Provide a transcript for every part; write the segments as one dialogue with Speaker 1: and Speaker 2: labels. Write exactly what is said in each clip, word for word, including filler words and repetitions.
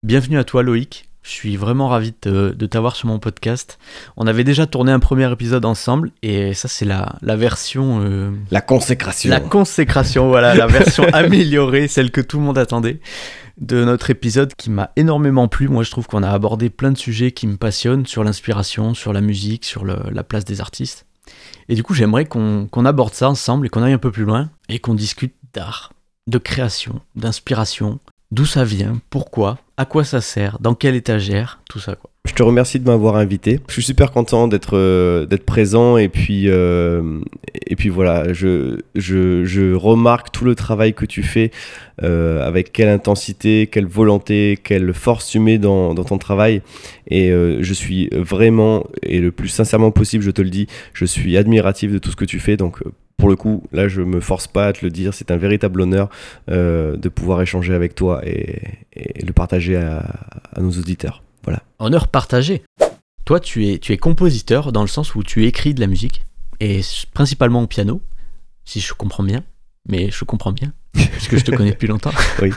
Speaker 1: Bienvenue à toi Loïc, je suis vraiment ravi de, de t'avoir sur mon podcast. On avait déjà tourné un premier épisode ensemble et ça c'est la, la version... Euh,
Speaker 2: la consécration.
Speaker 1: La consécration, voilà, la version améliorée, celle que tout le monde attendait de notre épisode qui m'a énormément plu. Moi je trouve qu'on a abordé plein de sujets qui me passionnent sur l'inspiration, sur la musique, sur le, la place des artistes. Et du coup j'aimerais qu'on, qu'on aborde ça ensemble et qu'on aille un peu plus loin et qu'on discute d'art, de création, d'inspiration, d'où ça vient, pourquoi, à quoi ça sert, dans quelle étagère, tout ça quoi.
Speaker 2: Je te remercie de m'avoir invité. Je suis super content d'être, euh, d'être présent et puis, euh, et puis voilà, je, je, je remarque tout le travail que tu fais, euh, avec quelle intensité, quelle volonté, quelle force tu mets dans, dans ton travail et euh, je suis vraiment, et le plus sincèrement possible, je te le dis, je suis admiratif de tout ce que tu fais, donc pour le coup, là je me force pas à te le dire, c'est un véritable honneur euh, de pouvoir échanger avec toi et, et le partager à, à nos auditeurs. Voilà.
Speaker 1: Honneur partagé. Toi, tu es, tu es compositeur dans le sens où tu écris de la musique, et principalement au piano, si je comprends bien, mais je comprends bien, puisque je te connais depuis longtemps.
Speaker 2: Oui.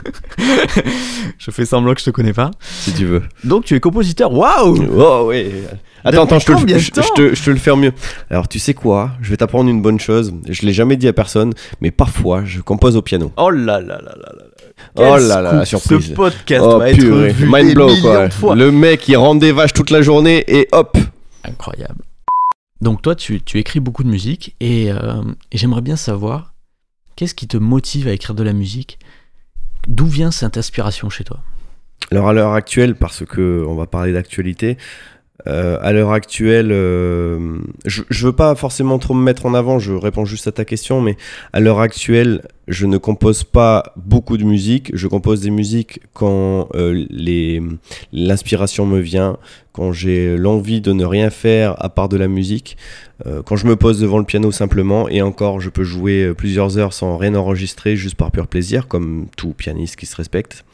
Speaker 1: Je fais semblant que je te connais pas.
Speaker 2: Si tu veux.
Speaker 1: Donc tu es compositeur, waouh.
Speaker 2: Oh oui. Attends, attends, je te, le, je, je, te, je te le fais mieux. Alors tu sais quoi, je vais t'apprendre une bonne chose, je l'ai jamais dit à personne, mais parfois je compose au piano.
Speaker 1: Oh là là là là là.
Speaker 2: Quel oh là là, la surprise.
Speaker 1: Ce podcast
Speaker 2: oh,
Speaker 1: va
Speaker 2: purée.
Speaker 1: être vu
Speaker 2: Mind
Speaker 1: des
Speaker 2: blow,
Speaker 1: millions
Speaker 2: quoi.
Speaker 1: de fois.
Speaker 2: Le mec, il rend des vaches toute la journée et hop.
Speaker 1: Incroyable. Donc toi, tu, tu écris beaucoup de musique et, euh, et j'aimerais bien savoir qu'est-ce qui te motive à écrire de la musique ? D'où vient cette inspiration chez toi ?
Speaker 2: Alors à l'heure actuelle, parce que on va parler d'actualité, euh, à l'heure actuelle, euh, je, je veux pas forcément trop me mettre en avant, je réponds juste à ta question, mais à l'heure actuelle, je ne compose pas beaucoup de musique, je compose des musiques quand euh, les, l'inspiration me vient, quand j'ai l'envie de ne rien faire à part de la musique, euh, quand je me pose devant le piano simplement, et encore, je peux jouer plusieurs heures sans rien enregistrer, juste par pur plaisir, comme tout pianiste qui se respecte.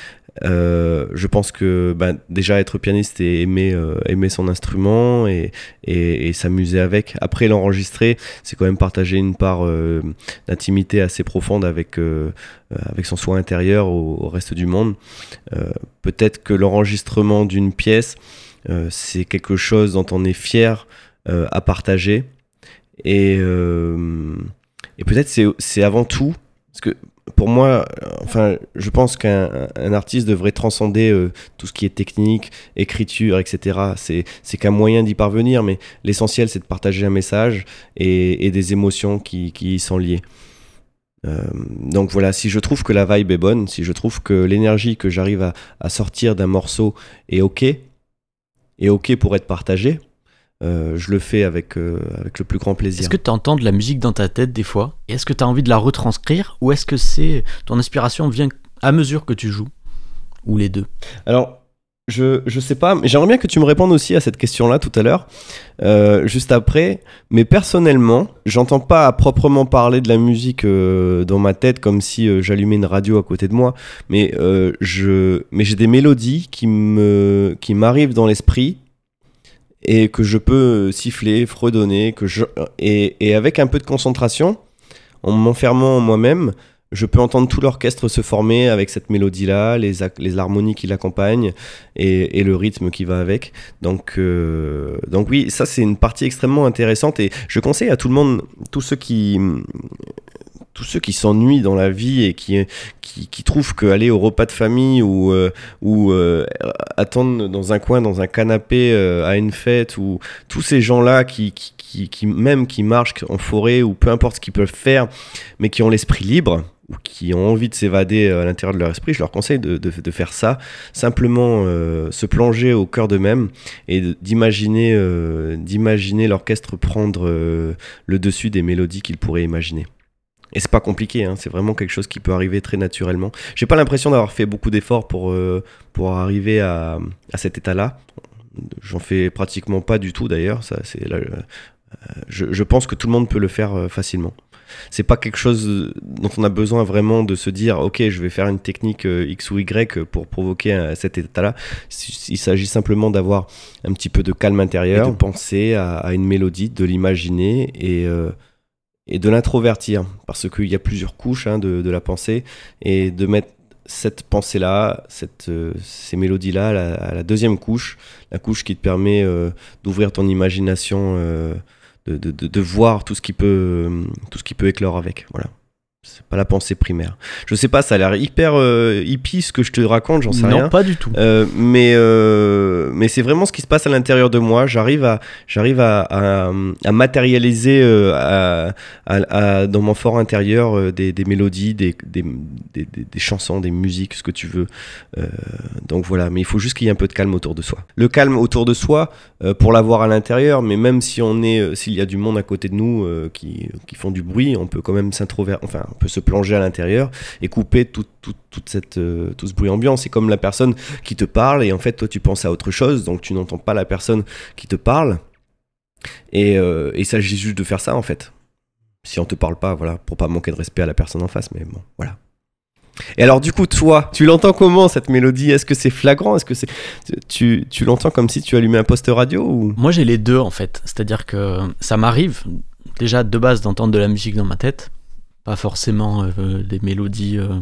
Speaker 2: Euh, je pense que bah, déjà être pianiste et aimer, euh, aimer son instrument et, et, et s'amuser avec. Après l'enregistrer, c'est quand même partager une part euh, d'intimité assez profonde avec, euh, avec son soi intérieur au, au reste du monde. Euh, peut-être que l'enregistrement d'une pièce, euh, c'est quelque chose dont on est fier euh, à partager. Et, euh, et peut-être c'est, c'est avant tout, parce que pour moi, enfin, je pense qu'un un artiste devrait transcender euh, tout ce qui est technique, écriture, et cetera. C'est, c'est qu'un moyen d'y parvenir, mais l'essentiel, c'est de partager un message et, et des émotions qui, qui y sont liées. Euh, donc voilà, si je trouve que la vibe est bonne, si je trouve que l'énergie que j'arrive à, à sortir d'un morceau est OK, est OK pour être partagée, Euh, je le fais avec, euh, avec le plus grand plaisir.
Speaker 1: Est-ce que tu entends de la musique dans ta tête des fois ? Et est-ce que tu as envie de la retranscrire ? Ou est-ce que c'est ton inspiration vient à mesure que tu joues ? Ou les deux ?
Speaker 2: Alors, je, je sais pas, mais j'aimerais bien que tu me répondes aussi à cette question-là tout à l'heure, euh, juste après. Mais personnellement, j'entends pas à proprement parler de la musique euh, dans ma tête comme si euh, j'allumais une radio à côté de moi. Mais, euh, je, mais j'ai des mélodies qui, me, qui m'arrivent dans l'esprit et que je peux siffler, fredonner, que je... et, et avec un peu de concentration, en m'enfermant en moi-même, je peux entendre tout l'orchestre se former avec cette mélodie-là, les, les harmonies qui l'accompagnent et, et le rythme qui va avec. Donc, euh, donc oui, ça c'est une partie extrêmement intéressante et je conseille à tout le monde, tous ceux qui... tous ceux qui s'ennuient dans la vie et qui, qui, qui trouvent qu'aller au repas de famille ou, euh, ou euh, attendre dans un coin, dans un canapé euh, à une fête, ou tous ces gens-là qui, qui, qui, qui, même qui marchent en forêt ou peu importe ce qu'ils peuvent faire, mais qui ont l'esprit libre ou qui ont envie de s'évader à l'intérieur de leur esprit, je leur conseille de, de, de faire ça, simplement euh, se plonger au cœur d'eux-mêmes et d'imaginer, euh, d'imaginer l'orchestre prendre euh, le dessus des mélodies qu'ils pourraient imaginer. Et c'est pas compliqué, hein, c'est vraiment quelque chose qui peut arriver très naturellement. J'ai pas l'impression d'avoir fait beaucoup d'efforts pour, euh, pour arriver à, à cet état-là. J'en fais pratiquement pas du tout d'ailleurs. Ça, c'est là, euh, je, je pense que tout le monde peut le faire euh, facilement. C'est pas quelque chose dont on a besoin vraiment de se dire ok, je vais faire une technique euh, X ou Y pour provoquer euh, cet état-là. Il s'agit simplement d'avoir un petit peu de calme intérieur, et de penser à, à une mélodie, de l'imaginer et euh, et de l'introvertir, parce qu'il y a plusieurs couches hein, de, de la pensée, et de mettre cette pensée-là, cette, euh, ces mélodies-là à la, à la deuxième couche, la couche qui te permet euh, d'ouvrir ton imagination, euh, de, de, de, de voir tout ce qui peut, euh, tout ce qui peut éclore avec. Voilà. C'est pas la pensée primaire. Je sais pas, ça a l'air hyper euh, hippie ce que je te raconte, j'en sais
Speaker 1: non,
Speaker 2: rien.
Speaker 1: Non, pas du tout.
Speaker 2: Euh, mais, euh, mais c'est vraiment ce qui se passe à l'intérieur de moi. J'arrive à, j'arrive à, à, à matérialiser euh, à, à, à, dans mon fort intérieur euh, des, des mélodies, des, des, des, des, des chansons, des musiques, ce que tu veux. Euh, donc voilà, mais il faut juste qu'il y ait un peu de calme autour de soi. Le calme autour de soi, euh, pour l'avoir à l'intérieur, mais même si on est, euh, s'il y a du monde à côté de nous euh, qui, qui font du bruit, on peut quand même s'introvertir, enfin, on peut se plonger à l'intérieur et couper tout, tout, toute cette, euh, tout ce bruit ambiant. C'est comme la personne qui te parle et en fait toi tu penses à autre chose, donc tu n'entends pas la personne qui te parle et euh, il s'agit juste de faire ça en fait. Si on te parle pas, voilà, pour pas manquer de respect à la personne en face, mais bon, voilà. Et alors du coup toi, tu l'entends comment cette mélodie? Est-ce que c'est flagrant? Est-ce que c'est tu, tu l'entends comme si tu allumais un poste radio ou...
Speaker 1: Moi j'ai les deux en fait, c'est-à-dire que ça m'arrive déjà de base d'entendre de la musique dans ma tête. Pas forcément euh, des mélodies euh,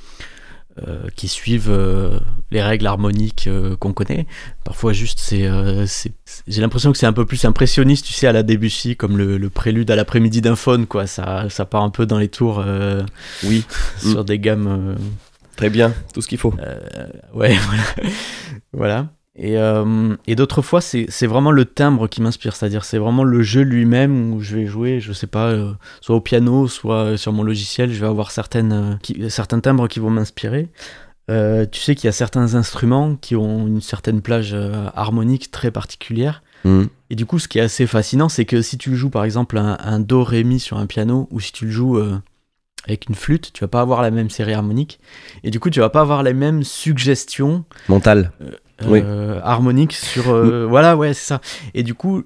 Speaker 1: euh, qui suivent euh, les règles harmoniques euh, qu'on connaît. Parfois juste c'est, euh, c'est, c'est... j'ai l'impression que c'est un peu plus impressionniste, tu sais, à la Debussy, comme le, le prélude à l'après-midi d'un faune, quoi. Ça, ça part un peu dans les tours euh,
Speaker 2: oui.
Speaker 1: sur
Speaker 2: mmh.
Speaker 1: des gammes... Euh,
Speaker 2: Très bien, tout ce qu'il faut.
Speaker 1: Euh, ouais, voilà. voilà. Et, euh, et d'autres fois, c'est, c'est vraiment le timbre qui m'inspire, c'est-à-dire c'est vraiment le jeu lui-même où je vais jouer, je sais pas, euh, soit au piano, soit sur mon logiciel, je vais avoir certaines, euh, qui, certains timbres qui vont m'inspirer. Euh, tu sais qu'il y a certains instruments qui ont une certaine plage euh, harmonique très particulière. Mmh. Et du coup, ce qui est assez fascinant, c'est que si tu joues par exemple un, un do ré mi sur un piano, ou si tu le joues euh, avec une flûte, tu vas pas avoir la même série harmonique. Et du coup, tu vas pas avoir les mêmes suggestions
Speaker 2: mentales.
Speaker 1: Euh,
Speaker 2: oui.
Speaker 1: Euh, harmonique sur euh, mmh. voilà ouais c'est ça et du coup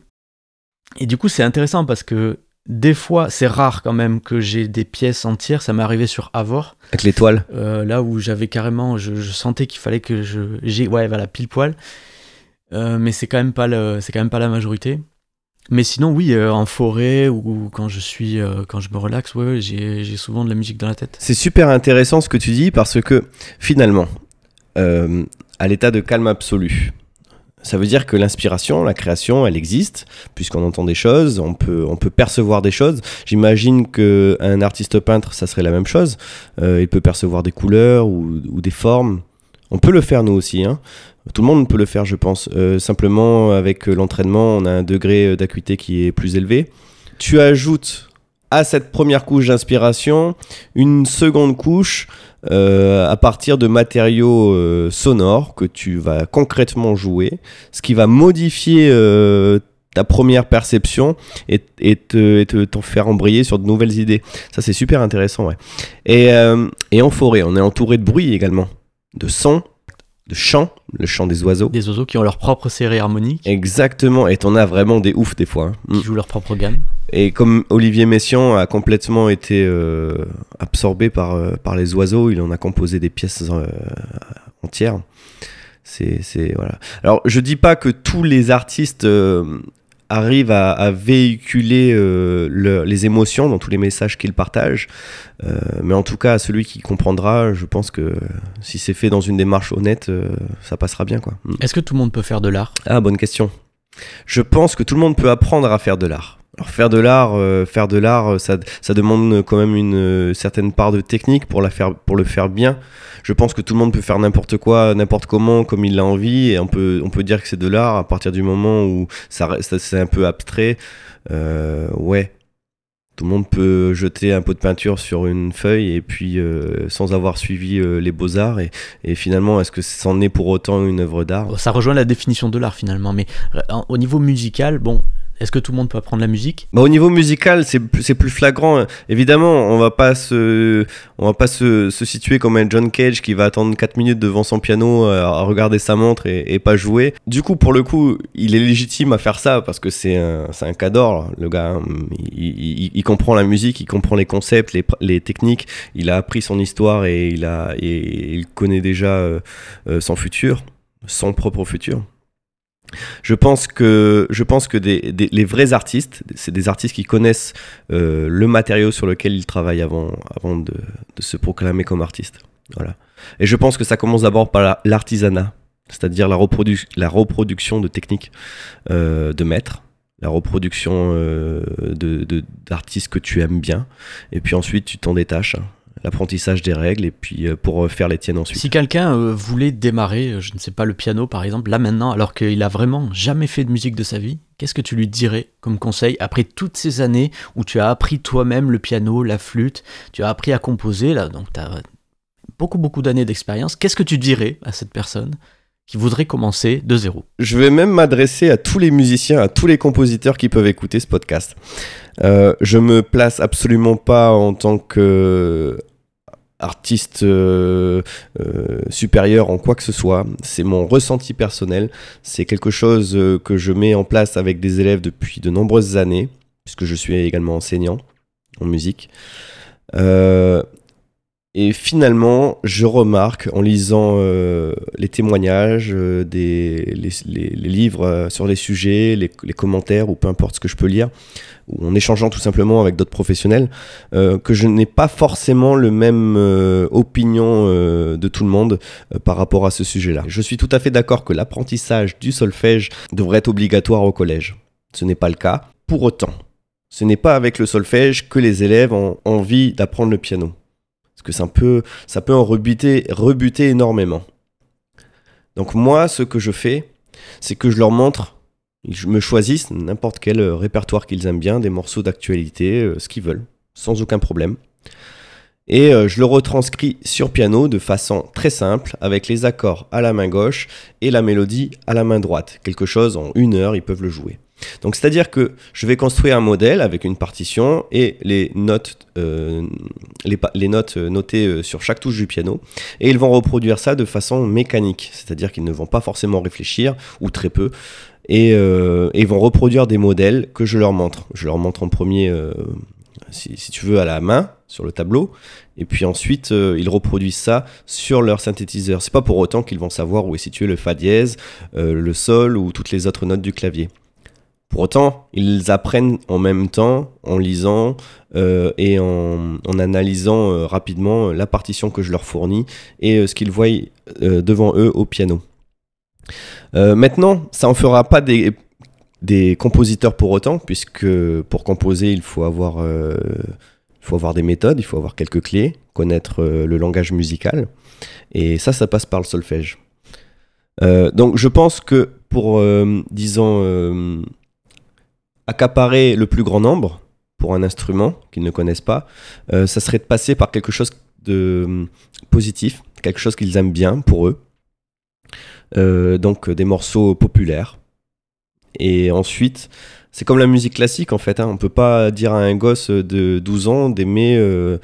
Speaker 1: et du coup c'est intéressant parce que des fois c'est rare quand même que j'ai des pièces entières. Ça m'est arrivé sur Avor
Speaker 2: avec l'étoile
Speaker 1: euh, là où j'avais carrément je, je sentais qu'il fallait que je j'ai ouais voilà pile poil euh, mais c'est quand même pas le c'est quand même pas la majorité. Mais sinon oui euh, en forêt ou quand je suis euh, quand je me relaxe ouais j'ai j'ai souvent de la musique dans la tête.
Speaker 2: C'est super intéressant ce que tu dis parce que finalement euh, à l'état de calme absolu. Ça veut dire que l'inspiration, la création, elle existe, puisqu'on entend des choses, on peut, on peut percevoir des choses. J'imagine qu'un artiste peintre, ça serait la même chose. Euh, il peut percevoir des couleurs ou, ou des formes. On peut le faire nous aussi, hein. Tout le monde peut le faire, je pense. Euh, simplement, avec l'entraînement, on a un degré d'acuité qui est plus élevé. Tu ajoutes à cette première couche d'inspiration une seconde couche Euh, à partir de matériaux euh, sonores que tu vas concrètement jouer, ce qui va modifier euh, ta première perception et, et, te, et te, t'en faire embrayer sur de nouvelles idées. Ça, c'est super intéressant, ouais. Et, euh, et en forêt, on est entouré de bruit également, de sons, de chants, le chant des oiseaux.
Speaker 1: Des oiseaux qui ont leur propre série harmonique.
Speaker 2: Exactement, et t'en as vraiment des oufs des fois. Hein.
Speaker 1: Qui mm. jouent leur propre gamme.
Speaker 2: Et comme Olivier Messiaen a complètement été euh, absorbé par, euh, par les oiseaux, il en a composé des pièces euh, entières. C'est, c'est, voilà. Alors, je dis pas que tous les artistes euh, arrivent à, à véhiculer euh, le, les émotions dans tous les messages qu'ils partagent, euh, mais en tout cas, celui qui comprendra, je pense que si c'est fait dans une démarche honnête, euh, ça passera bien, quoi.
Speaker 1: Est-ce que tout le monde peut faire de l'art ?
Speaker 2: Ah, bonne question. Je pense que tout le monde peut apprendre à faire de l'art. Alors faire de l'art, euh, faire de l'art, ça, ça demande quand même une euh, certaine part de technique pour la faire, pour le faire bien. Je pense que tout le monde peut faire n'importe quoi, n'importe comment, comme il l'a envie, et on peut, on peut dire que c'est de l'art à partir du moment où ça, ça c'est un peu abstrait. Euh, ouais, tout le monde peut jeter un pot de peinture sur une feuille et puis euh, sans avoir suivi euh, les beaux-arts et, et finalement est-ce que c'en est pour autant une œuvre d'art ?
Speaker 1: Ça rejoint la définition de l'art finalement, mais au niveau musical, bon. Est-ce que tout le monde peut apprendre la musique ?
Speaker 2: Bah, au niveau musical, c'est plus, c'est plus flagrant. Évidemment, on va pas se, on va pas se, se situer comme un John Cage qui va attendre quatre minutes devant son piano à regarder sa montre et, et pas jouer. Du coup, pour le coup, il est légitime à faire ça parce que c'est un, c'est un cador, le gars. Il, il, il comprend la musique, il comprend les concepts, les, les techniques. Il a appris son histoire et il a, et il connaît déjà euh, son futur, son propre futur. Je pense que, je pense que des, des, les vrais artistes, c'est des artistes qui connaissent euh, le matériau sur lequel ils travaillent avant, avant de, de se proclamer comme artistes. Voilà. Et je pense que ça commence d'abord par la, l'artisanat, c'est-à-dire la, reprodu- la reproduction de techniques euh, de maîtres, la reproduction euh, de, de, d'artistes que tu aimes bien, et puis ensuite tu t'en détaches, hein, l'apprentissage des règles, et puis euh, pour faire les tiennes ensuite.
Speaker 1: Si quelqu'un euh, voulait démarrer, euh, je ne sais pas, le piano par exemple, là maintenant, alors qu'il a vraiment jamais fait de musique de sa vie, qu'est-ce que tu lui dirais comme conseil après toutes ces années où tu as appris toi-même le piano, la flûte, tu as appris à composer, là, donc tu as beaucoup beaucoup d'années d'expérience, qu'est-ce que tu dirais à cette personne qui voudrait commencer de zéro?
Speaker 2: Je vais même m'adresser à tous les musiciens, à tous les compositeurs qui peuvent écouter ce podcast. Euh, je me place absolument pas en tant que artiste euh, euh, supérieur en quoi que ce soit. C'est mon ressenti personnel. C'est quelque chose euh, que je mets en place avec des élèves depuis de nombreuses années, puisque je suis également enseignant en musique. Euh, Et finalement, je remarque en lisant euh, les témoignages, euh, des, les, les, les livres euh, sur les sujets, les, les commentaires ou peu importe ce que je peux lire, ou en échangeant tout simplement avec d'autres professionnels, euh, que je n'ai pas forcément le même euh, opinion euh, de tout le monde euh, par rapport à ce sujet-là. Je suis tout à fait d'accord que l'apprentissage du solfège devrait être obligatoire au collège. Ce n'est pas le cas. Pour autant, ce n'est pas avec le solfège que les élèves ont envie d'apprendre le piano. Parce que ça peut, ça peut en rebuter, rebuter énormément. Donc moi, ce que je fais, c'est que je leur montre, ils me choisissent n'importe quel répertoire qu'ils aiment bien, des morceaux d'actualité, euh, ce qu'ils veulent, sans aucun problème. Et euh, je le retranscris sur piano de façon très simple, avec les accords à la main gauche et la mélodie à la main droite. Quelque chose, en une heure, ils peuvent le jouer. Donc c'est-à-dire que je vais construire un modèle avec une partition et les notes, euh, les, les notes notées sur chaque touche du piano, et ils vont reproduire ça de façon mécanique, c'est-à-dire qu'ils ne vont pas forcément réfléchir, ou très peu, et, euh, et ils vont reproduire des modèles que je leur montre. Je leur montre en premier, euh, si, si tu veux, à la main, sur le tableau, et puis ensuite euh, ils reproduisent ça sur leur synthétiseur. C'est pas pour autant qu'ils vont savoir où est situé le fa dièse, euh, le sol ou toutes les autres notes du clavier. Pour autant, ils apprennent en même temps, en lisant euh, et en, en analysant euh, rapidement la partition que je leur fournis et euh, ce qu'ils voient euh, devant eux au piano. Euh, maintenant, ça en fera pas des, des compositeurs pour autant, puisque pour composer, il faut avoir, euh, il faut avoir des méthodes, il faut avoir quelques clés, connaître euh, le langage musical, et ça, ça passe par le solfège. Euh, donc, je pense que pour, euh, disons... Euh, accaparer le plus grand nombre pour un instrument qu'ils ne connaissent pas, euh, ça serait de passer par quelque chose de euh, positif, quelque chose qu'ils aiment bien pour eux, euh, donc des morceaux populaires. Et ensuite, c'est comme la musique classique en fait, hein, on peut pas dire à un gosse de douze ans d'aimer, euh,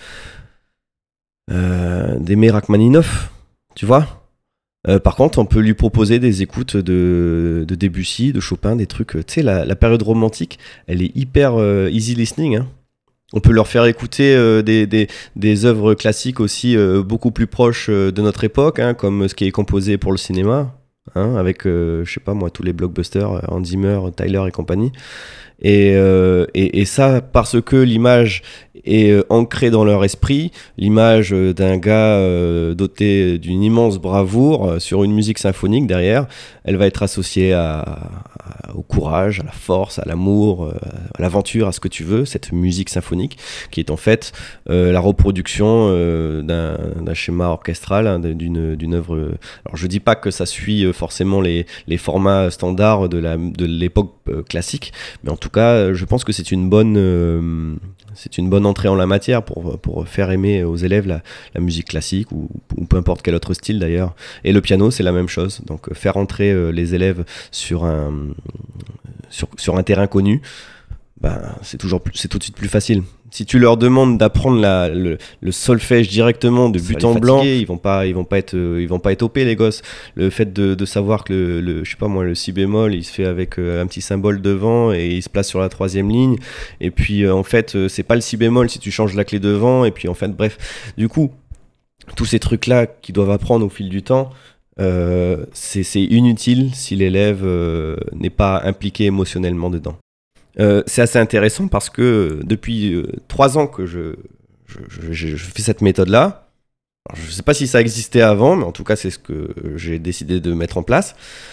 Speaker 2: euh, d'aimer Rachmaninoff, tu vois. Euh, par contre, on peut lui proposer des écoutes de, de Debussy, de Chopin, des trucs... Tu sais, la, la période romantique, elle est hyper euh, easy listening. Hein. On peut leur faire écouter euh, des, des, des œuvres classiques aussi euh, beaucoup plus proches euh, de notre époque, hein, comme ce qui est composé pour le cinéma, hein, avec, euh, je sais pas moi, tous les blockbusters, Hans Zimmer, Tyler et compagnie. Et, euh, et, et ça, parce que l'image est euh, ancrée dans leur esprit, l'image euh, d'un gars euh, doté d'une immense bravoure euh, sur une musique symphonique derrière, elle va être associée à, à, au courage, à la force, à l'amour, euh, à l'aventure, à ce que tu veux, cette musique symphonique qui est en fait euh, la reproduction euh, d'un, d'un schéma orchestral, hein, d'une, d'une œuvre. Alors je dis pas que ça suit forcément les, les formats standards de, la, de l'époque euh, classique, mais en tout En tout cas, je pense que c'est une bonne, euh, c'est une bonne entrée en la matière pour, pour faire aimer aux élèves la, la musique classique ou, ou peu importe quel autre style d'ailleurs. Et le piano, c'est la même chose. Donc faire entrer euh, les élèves sur un, sur, sur un terrain connu, ben, c'est, toujours plus, c'est tout de suite plus facile. Si tu leur demandes d'apprendre la, le, le solfège directement de but en blanc, ils vont pas, ils vont pas être, ils vont pas être O P les gosses. Le fait de, de savoir que le, le, je sais pas moi, le si bémol, il se fait avec euh, un petit symbole devant et il se place sur la troisième ligne. Et puis euh, en fait, euh, c'est pas le si bémol si tu changes la clé devant. Et puis en fait, bref, du coup, tous ces trucs là qu'ils doivent apprendre au fil du temps. Euh, c'est, c'est inutile si l'élève euh, n'est pas impliqué émotionnellement dedans. Euh, c'est assez intéressant parce que depuis euh, trois ans que je, je, je, je fais cette méthode-là, Alors, je sais pas si ça existait avant, mais en tout cas, c'est ce que j'ai décidé de mettre en place.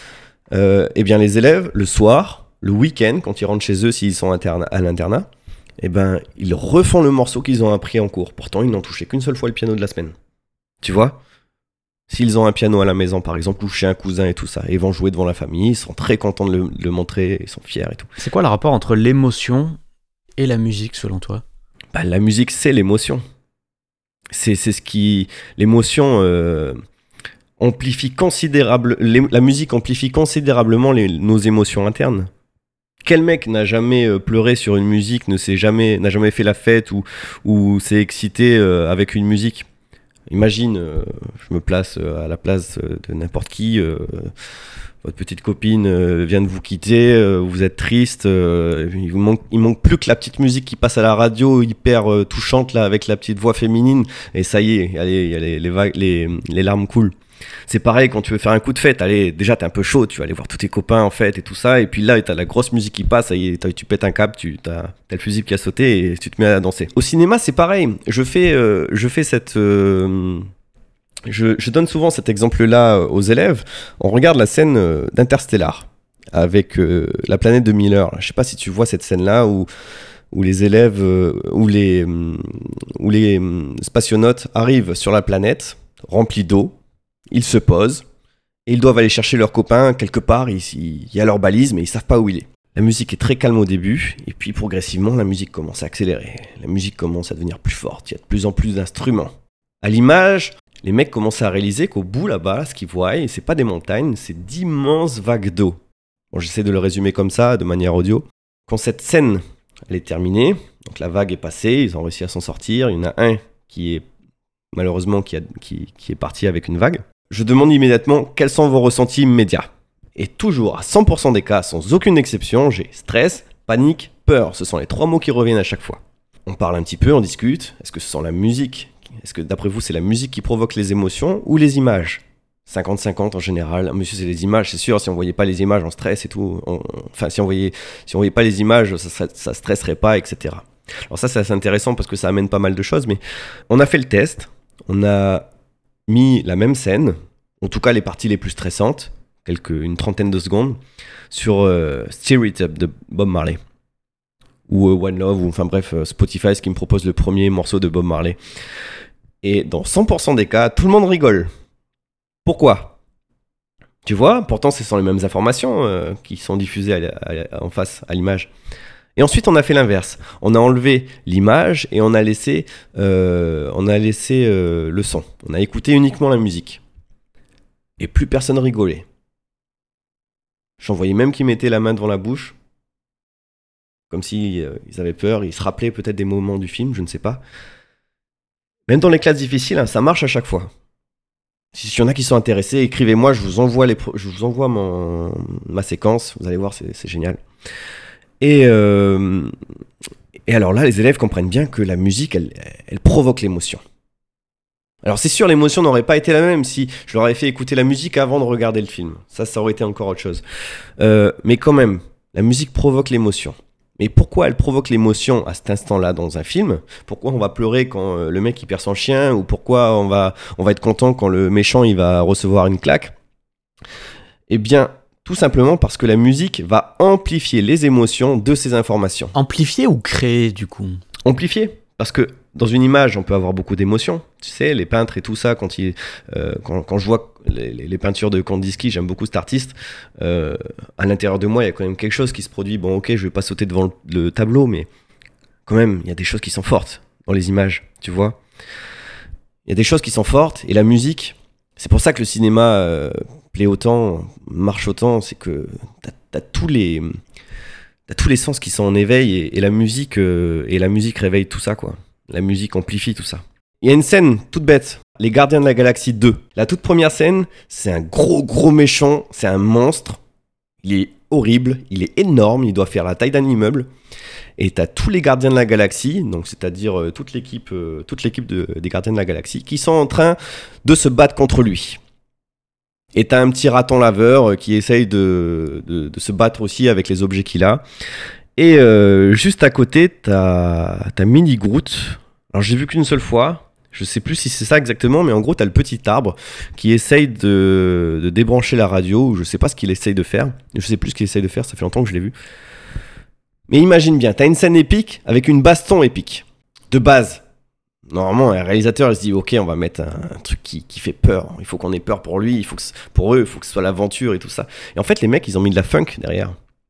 Speaker 2: Euh, eh bien, les élèves, le soir, le week-end, quand ils rentrent chez eux, s'ils sont interna- à l'internat, eh ben, ils refont le morceau qu'ils ont appris en cours. Pourtant, ils n'ont touché qu'une seule fois le piano de la semaine. Tu vois ? S'ils ont un piano à la maison, par exemple, ou chez un cousin et tout ça, ils vont jouer devant la famille, ils sont très contents de le, de le montrer, ils sont fiers et tout.
Speaker 1: C'est quoi le rapport entre l'émotion et la musique, selon toi ?
Speaker 2: Bah, la musique, c'est l'émotion. C'est, c'est ce qui... L'émotion euh, amplifie considérable... les- La musique amplifie considérablement les- nos émotions internes. Quel mec n'a jamais euh, pleuré sur une musique, ne s'est jamais, n'a jamais fait la fête ou, ou s'est excité euh, avec une musique ? Imagine, euh, je me place euh, à la place euh, de n'importe qui, euh, votre petite copine euh, vient de vous quitter, euh, vous êtes triste, euh, il vous manque, il manque plus que la petite musique qui passe à la radio, hyper euh, touchante là, avec la petite voix féminine, et ça y est, allez, y a les, les, vagues, les, les larmes coulent. C'est pareil quand tu veux faire un coup de fête, allez, déjà t'es un peu chaud, tu vas aller voir tous tes copains en fête et tout ça, et puis là t'as la grosse musique qui passe, ça y est, tu pètes un câble, tu t'as, t'as le fusible qui a sauté et tu te mets à danser. Au cinéma c'est pareil, je fais, euh, je fais cette... Euh, je, je donne souvent cet exemple-là aux élèves, on regarde la scène euh, d'Interstellar, avec euh, la planète de Miller, je sais pas si tu vois cette scène-là où... où les élèves, euh, où les, euh, où les euh, spationautes arrivent sur la planète, remplie d'eau, ils se posent, et ils doivent aller chercher leur copain quelque part, il, il y a leur balise, mais ils savent pas où il est. La musique est très calme au début, et puis progressivement, la musique commence à accélérer. La musique commence à devenir plus forte, il y a de plus en plus d'instruments. À l'image, les mecs commencent à réaliser qu'au bout là-bas, ce qu'ils voient, c'est pas des montagnes, c'est d'immenses vagues d'eau. Bon, j'essaie de le résumer comme ça, de manière audio. Quand cette scène elle est terminée, donc la vague est passée, ils ont réussi à s'en sortir, il y en a un qui est malheureusement qui, a, qui, qui est parti avec une vague. Je demande immédiatement quels sont vos ressentis immédiats. Et toujours à cent pour cent des cas, sans aucune exception, j'ai stress, panique, peur. Ce sont les trois mots qui reviennent à chaque fois. On parle un petit peu, on discute. Est-ce que ce sont la musique ? Est-ce que d'après vous c'est la musique qui provoque les émotions ou les images ? cinquante cinquante en général. Monsieur, c'est les images, c'est sûr. Si on voyait pas les images, on stresse et tout. On... Enfin, si on voyait, si on voyait pas les images, ça, serait... ça stresserait pas, et cetera. Alors ça, c'est assez intéressant parce que ça amène pas mal de choses. Mais on a fait le test. On a mis la même scène, en tout cas les parties les plus stressantes, quelques une trentaine de secondes, sur euh, Stir It Up de Bob Marley. Ou euh, One Love, ou enfin bref, euh, Spotify, ce qui me propose le premier morceau de Bob Marley. Et dans cent pour cent des cas, tout le monde rigole. Pourquoi ? Tu vois, pourtant ce sont les mêmes informations euh, qui sont diffusées à, à, à, en face, à l'image. Et ensuite, on a fait l'inverse. On a enlevé l'image et on a laissé, euh, on a laissé euh, le son. On a écouté uniquement la musique. Et plus personne rigolait. J'en voyais même qui mettaient la main devant la bouche, comme si euh, ils avaient peur, ils se rappelaient peut-être des moments du film, je ne sais pas. Même dans les classes difficiles, hein, ça marche à chaque fois. Si y en a qui sont intéressés, écrivez-moi, je vous envoie, les pro- je vous envoie mon, ma séquence, vous allez voir, c'est, c'est génial. Et, euh, et alors là, les élèves comprennent bien que la musique, elle, elle provoque l'émotion. Alors c'est sûr, l'émotion n'aurait pas été la même si je leur avais fait écouter la musique avant de regarder le film. Ça, ça aurait été encore autre chose. Euh, mais quand même, la musique provoque l'émotion. Mais pourquoi elle provoque l'émotion à cet instant-là dans un film ? Pourquoi on va pleurer quand euh, le mec il perd son chien ? Ou pourquoi on va, on va être content quand le méchant il va recevoir une claque ? Eh bien, tout simplement parce que la musique va amplifier les émotions de ces informations.
Speaker 1: Amplifier ou créer, du coup ?
Speaker 2: Amplifier, parce que dans une image, on peut avoir beaucoup d'émotions. Tu sais, les peintres et tout ça, quand, ils, euh, quand, quand je vois les, les peintures de Kandinsky, j'aime beaucoup cet artiste, euh, à l'intérieur de moi, il y a quand même quelque chose qui se produit. Bon, ok, je vais pas sauter devant le, le tableau, mais quand même, il y a des choses qui sont fortes dans les images, tu vois. Il y a des choses qui sont fortes, et la musique, c'est pour ça que le cinéma euh, plaît autant, marche autant, c'est que t'as, t'as tous les... T'as tous les sens qui sont en éveil, et, et, la musique, euh, et la musique réveille tout ça, quoi. La musique amplifie tout ça. Il y a une scène toute bête, Les Gardiens de la Galaxie deux. La toute première scène, c'est un gros gros méchant, c'est un monstre. Il est horrible, il est énorme, il doit faire la taille d'un immeuble. Et t'as tous les Gardiens de la Galaxie, donc c'est-à-dire euh, toute l'équipe, euh, toute l'équipe de, des Gardiens de la Galaxie, qui sont en train de se battre contre lui. Et t'as un petit raton laveur euh, qui essaye de, de, de se battre aussi avec les objets qu'il a. Et euh, juste à côté, t'as, t'as Mini Groot. Alors j'ai vu qu'une seule fois. Je sais plus si c'est ça exactement, mais en gros, t'as le petit arbre qui essaye de, de débrancher la radio, ou je sais pas ce qu'il essaye de faire. Je sais plus ce qu'il essaye de faire, ça fait longtemps que je l'ai vu. Mais imagine bien, t'as une scène épique avec une baston épique. De base. Normalement, un réalisateur, il se dit, ok, on va mettre un, un truc qui, qui fait peur. Il faut qu'on ait peur pour lui, il faut que, pour eux, il faut que ce soit l'aventure et tout ça. Et en fait, les mecs, ils ont mis de la funk derrière.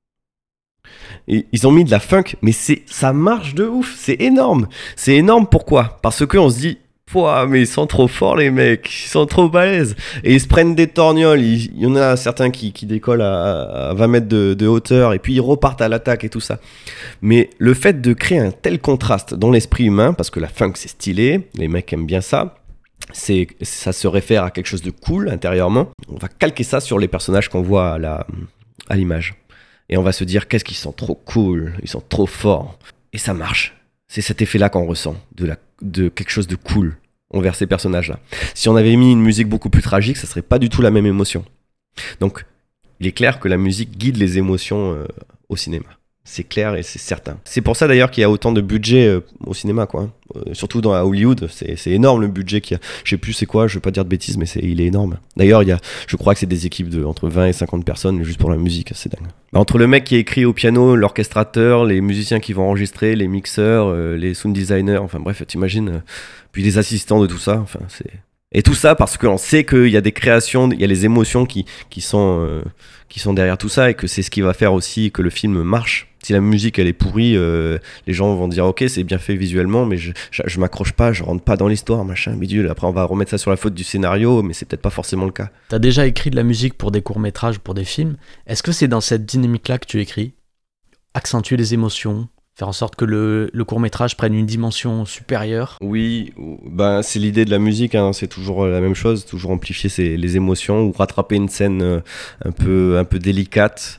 Speaker 2: Et ils ont mis de la funk, mais c'est, ça marche de ouf, c'est énorme. C'est énorme, pourquoi ? Parce qu'on se dit, pouah, mais ils sont trop forts les mecs, ils sont trop balèzes. Et ils se prennent des torgnoles, il, il y en a certains qui, qui décollent à, à vingt mètres de, de hauteur, et puis ils repartent à l'attaque et tout ça. Mais le fait de créer un tel contraste dans l'esprit humain, parce que la funk c'est stylé, les mecs aiment bien ça, c'est, ça se réfère à quelque chose de cool intérieurement, on va calquer ça sur les personnages qu'on voit à, la, à l'image. Et on va se dire, qu'est-ce qu'ils sont trop cool, ils sont trop forts. Et ça marche. C'est cet effet-là qu'on ressent, de, la, de quelque chose de cool envers ces personnages-là. Si on avait mis une musique beaucoup plus tragique, ça serait pas du tout la même émotion. Donc, il est clair que la musique guide les émotions euh, au cinéma. C'est clair et c'est certain. C'est pour ça d'ailleurs qu'il y a autant de budget euh, au cinéma, quoi. Euh, surtout dans à Hollywood, c'est, c'est énorme le budget qu'il y a. Je sais plus c'est quoi, je vais pas dire de bêtises, mais c'est, il est énorme. D'ailleurs, il y a, je crois que c'est des équipes de entre vingt et cinquante personnes juste pour la musique, c'est dingue. Bah, entre le mec qui écrit au piano, l'orchestrateur, les musiciens qui vont enregistrer, les mixeurs, euh, les sound designers, enfin bref, t'imagines, euh, puis les assistants de tout ça, enfin c'est... Et tout ça parce qu'on sait qu'il y a des créations, il y a les émotions qui, qui, sont, euh, qui sont derrière tout ça et que c'est ce qui va faire aussi que le film marche. Si la musique elle est pourrie, euh, les gens vont dire ok c'est bien fait visuellement mais je, je, je m'accroche pas, je rentre pas dans l'histoire, machin, bidule. Après on va remettre ça sur la faute du scénario mais c'est peut-être pas forcément le cas.
Speaker 1: T'as déjà écrit de la musique pour des courts-métrages, pour des films. Est-ce que c'est dans cette dynamique-là que tu écris ? Accentuer les émotions ? Faire en sorte que le, le court-métrage prenne une dimension supérieure.
Speaker 2: Oui, ben, c'est l'idée de la musique, hein, c'est toujours la même chose, toujours amplifier ses, les émotions ou rattraper une scène euh, un, peu, un peu délicate.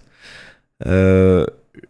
Speaker 2: Euh,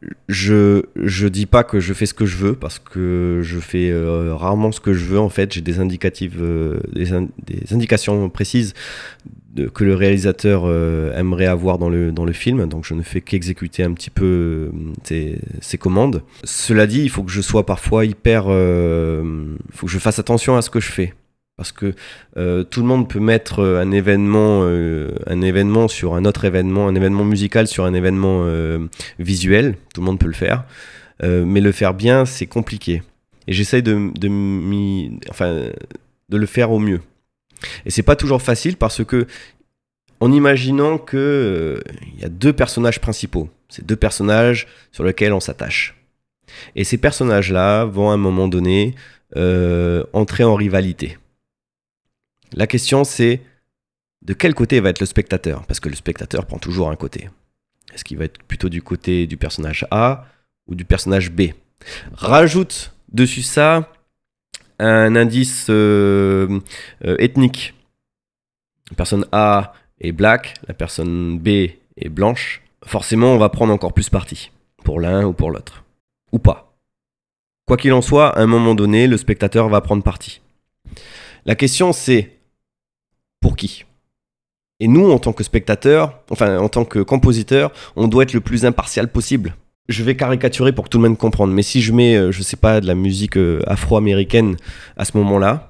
Speaker 2: je, je dis pas que je fais ce que je veux, parce que je fais euh, rarement ce que je veux en fait, j'ai des, indicatives, euh, des, in, des indications précises de, que le réalisateur euh, aimerait avoir dans le, dans le film, donc je ne fais qu'exécuter un petit peu euh, ses, ses commandes. Cela dit, il faut que je sois parfois hyper... Il euh, faut que je fasse attention à ce que je fais. Parce que euh, tout le monde peut mettre un événement, euh, un événement sur un autre événement, un événement musical sur un événement euh, visuel, tout le monde peut le faire, euh, mais le faire bien, c'est compliqué. Et j'essaye de, de, m'y, enfin, de le faire au mieux. Et c'est pas toujours facile parce que, en imaginant qu'il euh, y a deux personnages principaux, c'est deux personnages sur lesquels on s'attache. Et ces personnages-là vont à un moment donné euh, entrer en rivalité. La question c'est de quel côté va être le spectateur ? Parce que le spectateur prend toujours un côté. Est-ce qu'il va être plutôt du côté du personnage A ou du personnage B ? Rajoute dessus ça un indice euh, euh, ethnique. La personne A est black, la personne B est blanche. Forcément, on va prendre encore plus parti pour l'un ou pour l'autre. Ou pas. Quoi qu'il en soit, à un moment donné, le spectateur va prendre parti. La question c'est pour qui ? Et nous, en tant que spectateurs, enfin en tant que compositeur, on doit être le plus impartial possible. Je vais caricaturer pour que tout le monde comprenne, mais si je mets, je sais pas, de la musique afro-américaine à ce moment-là,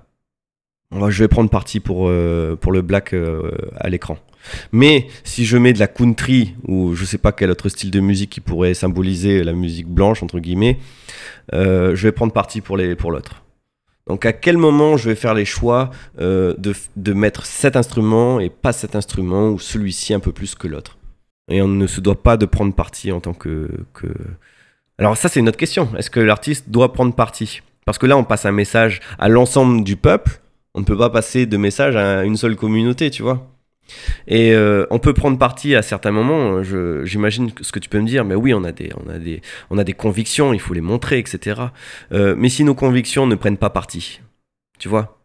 Speaker 2: je vais prendre parti pour, euh, pour le black euh, à l'écran. Mais si je mets de la country ou je sais pas quel autre style de musique qui pourrait symboliser la musique blanche, entre guillemets, euh, je vais prendre parti pour, les, pour l'autre. Donc à quel moment je vais faire les choix euh, de, de mettre cet instrument et pas cet instrument ou celui-ci un peu plus que l'autre. Et on ne se doit pas de prendre parti en tant que... que... Alors ça c'est une autre question. Est-ce que l'artiste doit prendre parti ? Parce que là on passe un message à l'ensemble du peuple. On ne peut pas passer de message à une seule communauté, tu vois. Et euh, on peut prendre parti à certains moments, je, j'imagine ce que tu peux me dire, mais oui, on a des, on a des, on a des convictions, il faut les montrer, et cetera. Euh, mais si nos convictions ne prennent pas parti, tu vois.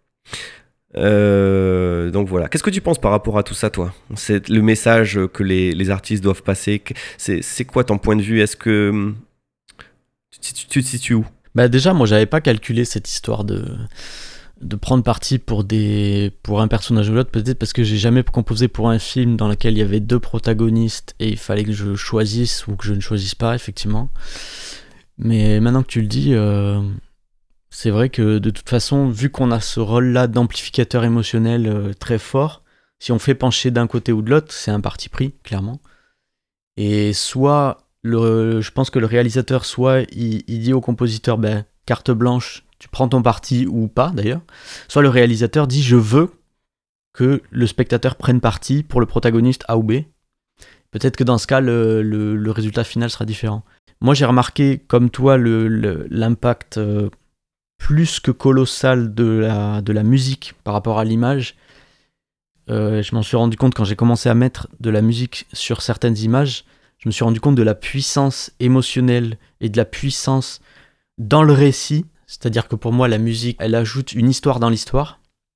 Speaker 2: Euh, donc voilà. Qu'est-ce que tu penses par rapport à tout ça, toi ? C'est le message que les, les artistes doivent passer. C'est, c'est quoi ton point de vue ? Est-ce que tu, tu, tu te situes où ?
Speaker 1: Bah déjà, moi, j'avais pas calculé cette histoire de de prendre parti pour des pour un personnage ou l'autre, peut-être parce que j'ai jamais composé pour un film dans lequel il y avait deux protagonistes et il fallait que je choisisse ou que je ne choisisse pas, effectivement. Mais maintenant que tu le dis, euh, C'est vrai que de toute façon, vu qu'on a ce rôle-là d'amplificateur émotionnel euh, très fort, si on fait pencher d'un côté ou de l'autre, c'est un parti pris, clairement. Et soit, le, je pense que le réalisateur, soit il, il dit au compositeur, ben, carte blanche, tu prends ton parti ou pas d'ailleurs, soit le réalisateur dit, je veux que le spectateur prenne parti pour le protagoniste A ou B. Peut-être que dans ce cas, le, le, le résultat final sera différent. Moi, j'ai remarqué, comme toi, le, le, l'impact... Euh, plus que colossal de la, de la musique par rapport à l'image. Euh, je m'en suis rendu compte quand j'ai commencé à mettre de la musique sur certaines images, je me suis rendu compte de la puissance émotionnelle et de la puissance dans le récit, c'est-à-dire que pour moi la musique, elle ajoute une histoire dans l'histoire,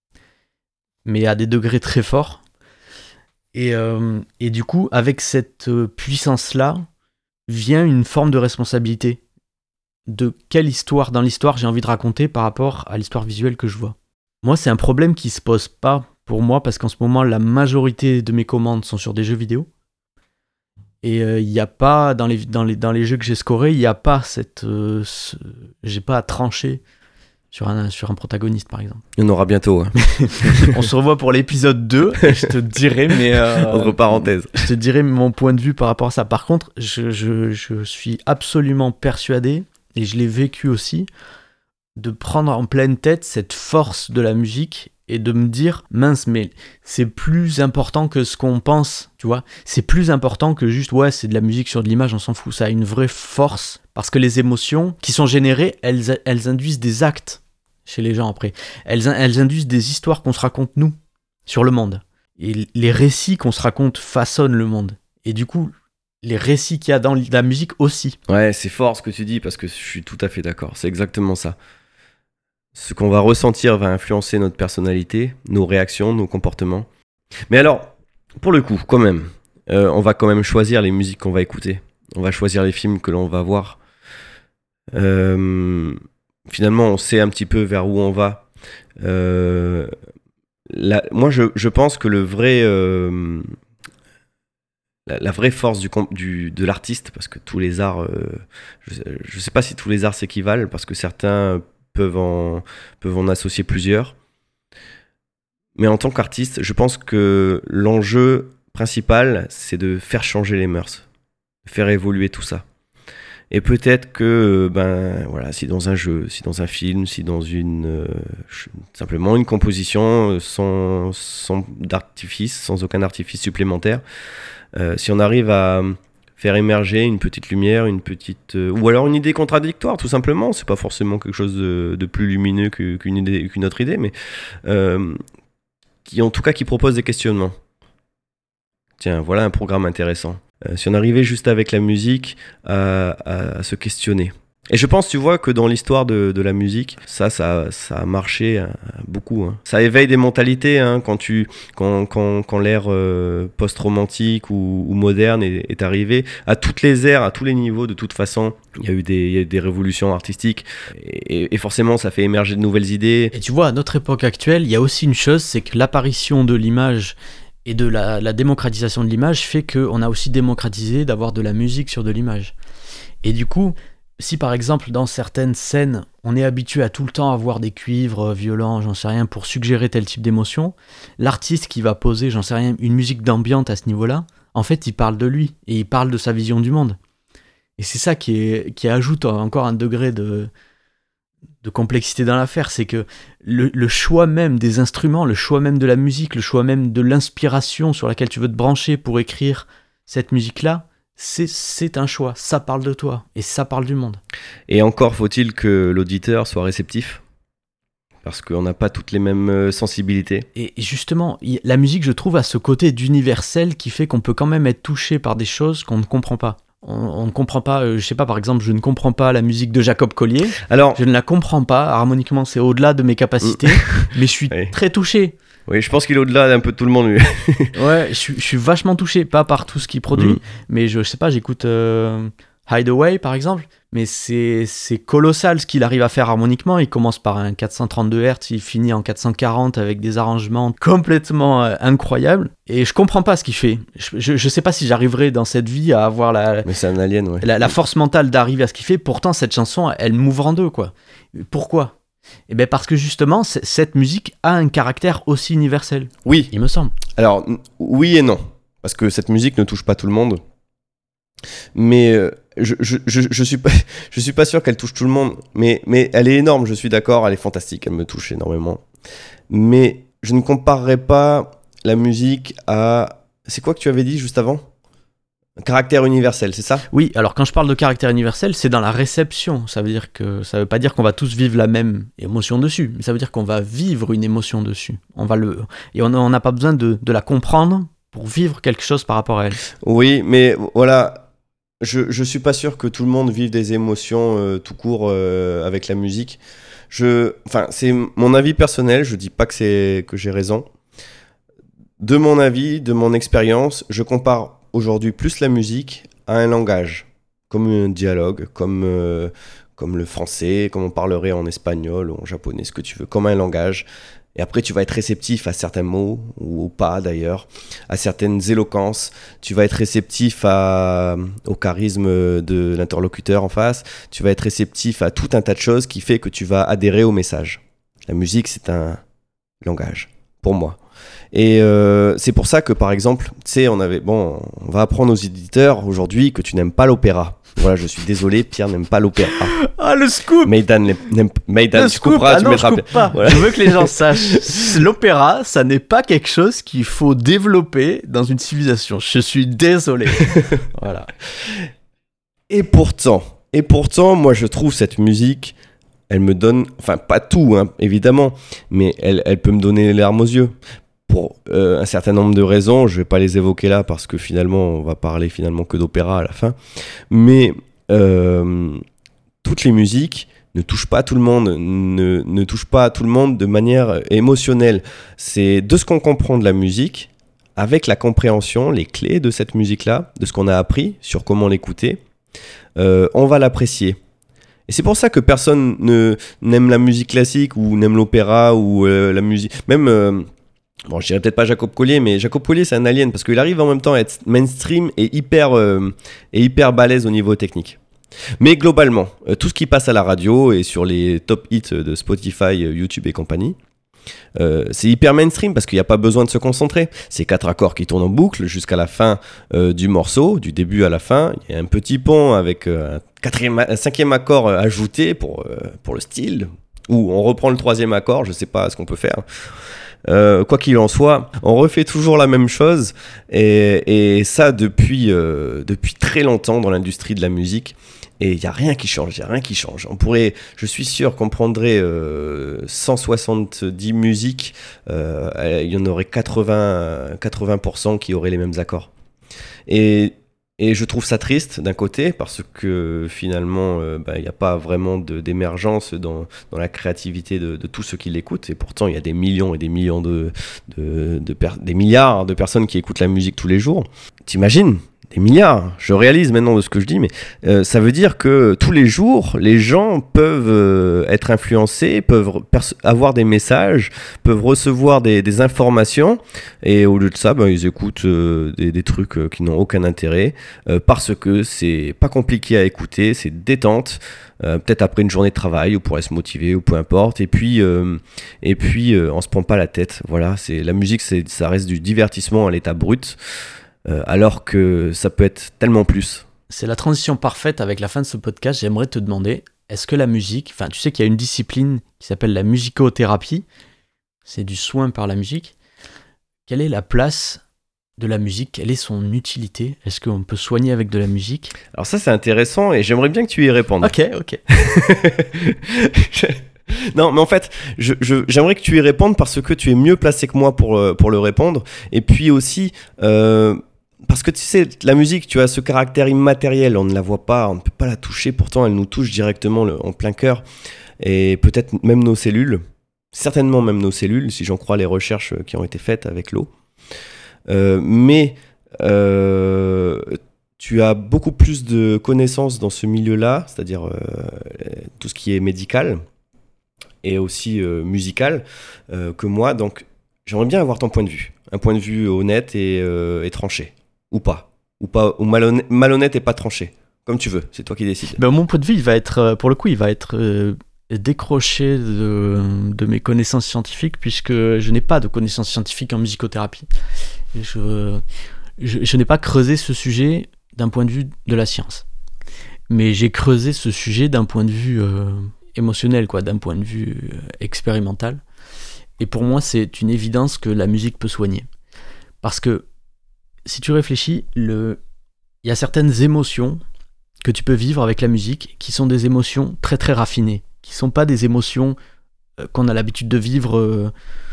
Speaker 1: mais à des degrés très forts. Et, euh, et du coup, avec cette puissance-là, vient une forme de responsabilité. De quelle histoire dans l'histoire j'ai envie de raconter par rapport à l'histoire visuelle que je vois. Moi, c'est un problème qui se pose pas pour moi parce qu'en ce moment, la majorité de mes commandes sont sur des jeux vidéo. Et il euh, n'y a pas, dans les, dans, les, dans les jeux que j'ai scorés, il n'y a pas cette... Euh, ce, j'ai pas à trancher sur un, sur un protagoniste, par exemple.
Speaker 2: Il y en aura bientôt. Hein.
Speaker 1: On se revoit pour l'épisode deux, et je te dirai, mais... Euh,
Speaker 2: Entre parenthèses.
Speaker 1: Je te dirai mon point de vue par rapport à ça. Par contre, je, je, je suis absolument persuadé, et je l'ai vécu aussi, de prendre en pleine tête cette force de la musique et de me dire, mince, mais c'est plus important que ce qu'on pense, tu vois. C'est plus important que juste, ouais, c'est de la musique sur de l'image, on s'en fout. Ça a une vraie force, parce que les émotions qui sont générées, elles, elles induisent des actes chez les gens après. Elles, elles induisent des histoires qu'on se raconte, nous, sur le monde. Et les récits qu'on se raconte façonnent le monde. Et du coup... les récits qu'il y a dans la musique aussi.
Speaker 2: Ouais, c'est fort ce que tu dis, parce que je suis tout à fait d'accord. C'est exactement ça. Ce qu'on va ressentir va influencer notre personnalité, nos réactions, nos comportements. Mais alors, pour le coup, quand même, euh, on va quand même choisir les musiques qu'on va écouter. On va choisir les films que l'on va voir. Euh, finalement, on sait un petit peu vers où on va. Euh, la, moi, je, je pense que le vrai... Euh, La, la vraie force du, du, de l'artiste, parce que tous les arts, euh, je ne sais pas si tous les arts s'équivalent, parce que certains peuvent en, peuvent en associer plusieurs. Mais en tant qu'artiste, je pense que l'enjeu principal, c'est de faire changer les mœurs, de faire évoluer tout ça. Et peut-être que, ben, voilà, si dans un jeu, si dans un film, si dans une, euh, simplement une composition sans, sans d'artifice, sans aucun artifice supplémentaire, Euh, si on arrive à faire émerger une petite lumière, une petite, euh, ou alors une idée contradictoire, tout simplement, c'est pas forcément quelque chose de, de plus lumineux que, qu'une, idée, qu'une autre idée, mais euh, qui, en tout cas, qui propose des questionnements. Tiens, voilà un programme intéressant. Euh, si on arrivait juste avec la musique à, à, à se questionner. Et je pense, tu vois, que dans l'histoire de, de la musique, ça, ça, ça a marché euh, beaucoup. Hein. Ça éveille des mentalités hein, quand, tu, quand, quand, quand l'ère euh, post-romantique ou, ou moderne est, est arrivée. À toutes les ères, à tous les niveaux, de toute façon, il y a eu des, il y a eu des révolutions artistiques. Et, et forcément, ça fait émerger de nouvelles idées.
Speaker 1: Et tu vois, à notre époque actuelle, il y a aussi une chose, c'est que l'apparition de l'image et de la, la démocratisation de l'image fait qu'on a aussi démocratisé d'avoir de la musique sur de l'image. Et du coup... si par exemple dans certaines scènes on est habitué à tout le temps avoir des cuivres violents, j'en sais rien, pour suggérer tel type d'émotion, l'artiste qui va poser, j'en sais rien, une musique d'ambiance à ce niveau-là, en fait il parle de lui et il parle de sa vision du monde. Et c'est ça qui, est, qui ajoute encore un degré de, de complexité dans l'affaire, c'est que le, le choix même des instruments, le choix même de la musique, le choix même de l'inspiration sur laquelle tu veux te brancher pour écrire cette musique-là, C'est, c'est un choix, ça parle de toi, et ça parle du monde.
Speaker 2: Et encore faut-il que l'auditeur soit réceptif, parce qu'on n'a pas toutes les mêmes sensibilités.
Speaker 1: Et justement, la musique, je trouve, a ce côté d'universel qui fait qu'on peut quand même être touché par des choses qu'on ne comprend pas. On, on ne comprend pas, euh, je sais pas, par exemple, je ne comprends pas la musique de Jacob Collier, Alors, je ne la comprends pas, harmoniquement c'est au-delà de mes capacités, mais je suis oui. très touché.
Speaker 2: Oui, je pense qu'il est au-delà d'un peu de tout le monde, lui.
Speaker 1: Ouais, je suis, je suis vachement touché, pas par tout ce qu'il produit, mmh. mais je, je sais pas, j'écoute euh, Hideaway, par exemple, mais c'est, c'est colossal ce qu'il arrive à faire harmoniquement. Il commence par un quatre cent trente-deux hertz, il finit en quatre cent quarante avec des arrangements complètement euh, incroyables, et je comprends pas ce qu'il fait. Je, je, je sais pas si j'arriverai dans cette vie à avoir la,
Speaker 2: mais c'est un alien, ouais.
Speaker 1: la, la force mentale d'arriver à ce qu'il fait, pourtant cette chanson, elle m'ouvre en deux, quoi. Pourquoi ? Eh bien parce que justement, c- cette musique a un caractère aussi universel,
Speaker 2: Oui,
Speaker 1: il me semble.
Speaker 2: alors n- oui et non, parce que cette musique ne touche pas tout le monde. Mais euh, je, je, je, je suis pas, je suis pas sûr qu'elle touche tout le monde. Mais, mais elle est énorme, je suis d'accord, elle est fantastique, elle me touche énormément. Mais je ne comparerai pas la musique à... C'est quoi que tu avais dit juste avant ? Un caractère universel, c'est ça ?
Speaker 1: Oui, alors quand je parle de caractère universel, c'est dans la réception. Ça veut dire que ça veut pas dire qu'on va tous vivre la même émotion dessus, mais ça veut dire qu'on va vivre une émotion dessus. On va le et on on n'a pas besoin de, de la comprendre pour vivre quelque chose par rapport à elle.
Speaker 2: Oui, mais voilà, je, je suis pas sûr que tout le monde vive des émotions euh, tout court euh, avec la musique. Je, enfin, c'est mon avis personnel, je dis pas que c'est que j'ai raison. De mon avis, de mon expérience, je compare aujourd'hui plus la musique à un langage, comme un dialogue, comme, euh, comme le français, comme on parlerait en espagnol ou en japonais, ce que tu veux, comme un langage. Et après, tu vas être réceptif à certains mots, ou pas d'ailleurs, à certaines éloquences. Tu vas être réceptif à, au charisme de l'interlocuteur en face. Tu vas être réceptif à tout un tas de choses qui fait que tu vas adhérer au message. La musique, c'est un langage, pour moi. Et euh, c'est pour ça que, par exemple, tu sais, on avait, bon, on va apprendre aux éditeurs aujourd'hui que tu n'aimes pas l'opéra. Voilà, je suis désolé, Pierre n'aime pas l'opéra.
Speaker 1: Ah, le scoop.
Speaker 2: Maïdan n'aime, Maïdan,
Speaker 1: Le
Speaker 2: tu
Speaker 1: scoop.
Speaker 2: couperas,
Speaker 1: Ah
Speaker 2: tu
Speaker 1: non,
Speaker 2: mettras.
Speaker 1: je coupe pas.
Speaker 2: Voilà.
Speaker 1: Je veux que les gens sachent. L'opéra, ça n'est pas quelque chose qu'il faut développer dans une civilisation. Je suis désolé. Voilà.
Speaker 2: Et pourtant, et pourtant, moi, je trouve cette musique, elle me donne, enfin, pas tout, hein, évidemment, mais elle, elle peut me donner les larmes aux yeux. Pour euh, un certain nombre de raisons, je vais pas les évoquer là parce que finalement, on va parler finalement que d'opéra à la fin. Mais euh, toutes les musiques ne touchent pas tout le monde, ne, ne touchent pas tout le monde de manière émotionnelle. C'est de ce qu'on comprend de la musique, avec la compréhension, les clés de cette musique-là, de ce qu'on a appris sur comment l'écouter, euh, on va l'apprécier. Et c'est pour ça que personne ne, n'aime la musique classique ou n'aime l'opéra ou euh, la musique... Même... Euh, Bon, je dirais peut-être pas Jacob Collier, mais Jacob Collier, c'est un alien parce qu'il arrive en même temps à être mainstream et hyper, euh, et hyper balèze au niveau technique. Mais globalement, euh, tout ce qui passe à la radio et sur les top hits de Spotify, YouTube et compagnie, euh, c'est hyper mainstream parce qu'il n'y a pas besoin de se concentrer. C'est quatre accords qui tournent en boucle jusqu'à la fin euh, du morceau, du début à la fin. Il y a un petit pont avec euh, un, quatrième, un cinquième accord ajouté pour, euh, pour le style, ou on reprend le troisième accord, je ne sais pas ce qu'on peut faire. Euh, quoi qu'il en soit, on refait toujours la même chose et, et ça depuis, euh, depuis très longtemps dans l'industrie de la musique et il n'y a rien qui change, il n'y a rien qui change. On pourrait, je suis sûr qu'on prendrait euh, cent soixante-dix musiques, euh, il y en aurait quatre-vingts, quatre-vingts pour cent qui auraient les mêmes accords. Et Et je trouve ça triste d'un côté parce que finalement, il euh, bah, n'y a pas vraiment de, d'émergence dans, dans la créativité de, de tous ceux qui l'écoutent. Et pourtant, il y a des millions et des millions de, de, de per- des milliards de personnes qui écoutent la musique tous les jours. T'imagines ? Des milliards, je réalise maintenant de ce que je dis, mais euh, ça veut dire que tous les jours, les gens peuvent euh, être influencés, peuvent pers- avoir des messages, peuvent recevoir des, des informations, et au lieu de ça, ben, ils écoutent euh, des, des trucs euh, qui n'ont aucun intérêt, euh, parce que c'est pas compliqué à écouter, c'est détente, euh, peut-être après une journée de travail, ou pourrait se motiver, ou peu importe, et puis, euh, et puis euh, on se prend pas la tête, voilà, c'est, la musique, c'est, ça reste du divertissement à l'état brut, Euh, alors que ça peut être tellement plus.
Speaker 1: C'est la transition parfaite avec la fin de ce podcast. J'aimerais te demander, est-ce que la musique, enfin tu sais qu'il y a une discipline qui s'appelle la musicothérapie, c'est du soin par la musique. Quelle est la place de la musique ? Quelle est son utilité ? Est-ce qu'on peut soigner avec de la musique ?
Speaker 2: Alors ça c'est intéressant et j'aimerais bien que tu y répondes.
Speaker 1: Ok, ok.
Speaker 2: Non, mais en fait, je, je, j'aimerais que tu y répondes parce que tu es mieux placé que moi pour, pour le répondre. Et puis aussi, euh, parce que tu sais, la musique, tu as ce caractère immatériel, on ne la voit pas, on ne peut pas la toucher, pourtant elle nous touche directement le, en plein cœur. Et peut-être même nos cellules, certainement même nos cellules, si j'en crois les recherches qui ont été faites avec l'eau. Euh, mais euh, tu as beaucoup plus de connaissances dans ce milieu-là, c'est-à-dire euh, tout ce qui est médical et aussi euh, musical euh, que moi, donc j'aimerais bien avoir ton point de vue, un point de vue honnête et, euh, et tranché, ou pas, ou pas, ou malhonnête, malhonnête et pas tranché, comme tu veux, c'est toi qui décides.
Speaker 1: Ben, mon point de vue, il va être, pour le coup, il va être euh, décroché de, de mes connaissances scientifiques, puisque je n'ai pas de connaissances scientifiques en musicothérapie. Je, je, je n'ai pas creusé ce sujet d'un point de vue de la science. Mais j'ai creusé ce sujet d'un point de vue euh, émotionnel, quoi, d'un point de vue euh, expérimental. Et pour moi, c'est une évidence que la musique peut soigner. Parce que, si tu réfléchis, le... il y a certaines émotions que tu peux vivre avec la musique qui sont des émotions très très raffinées, qui ne sont pas des émotions euh, qu'on a l'habitude de vivre euh,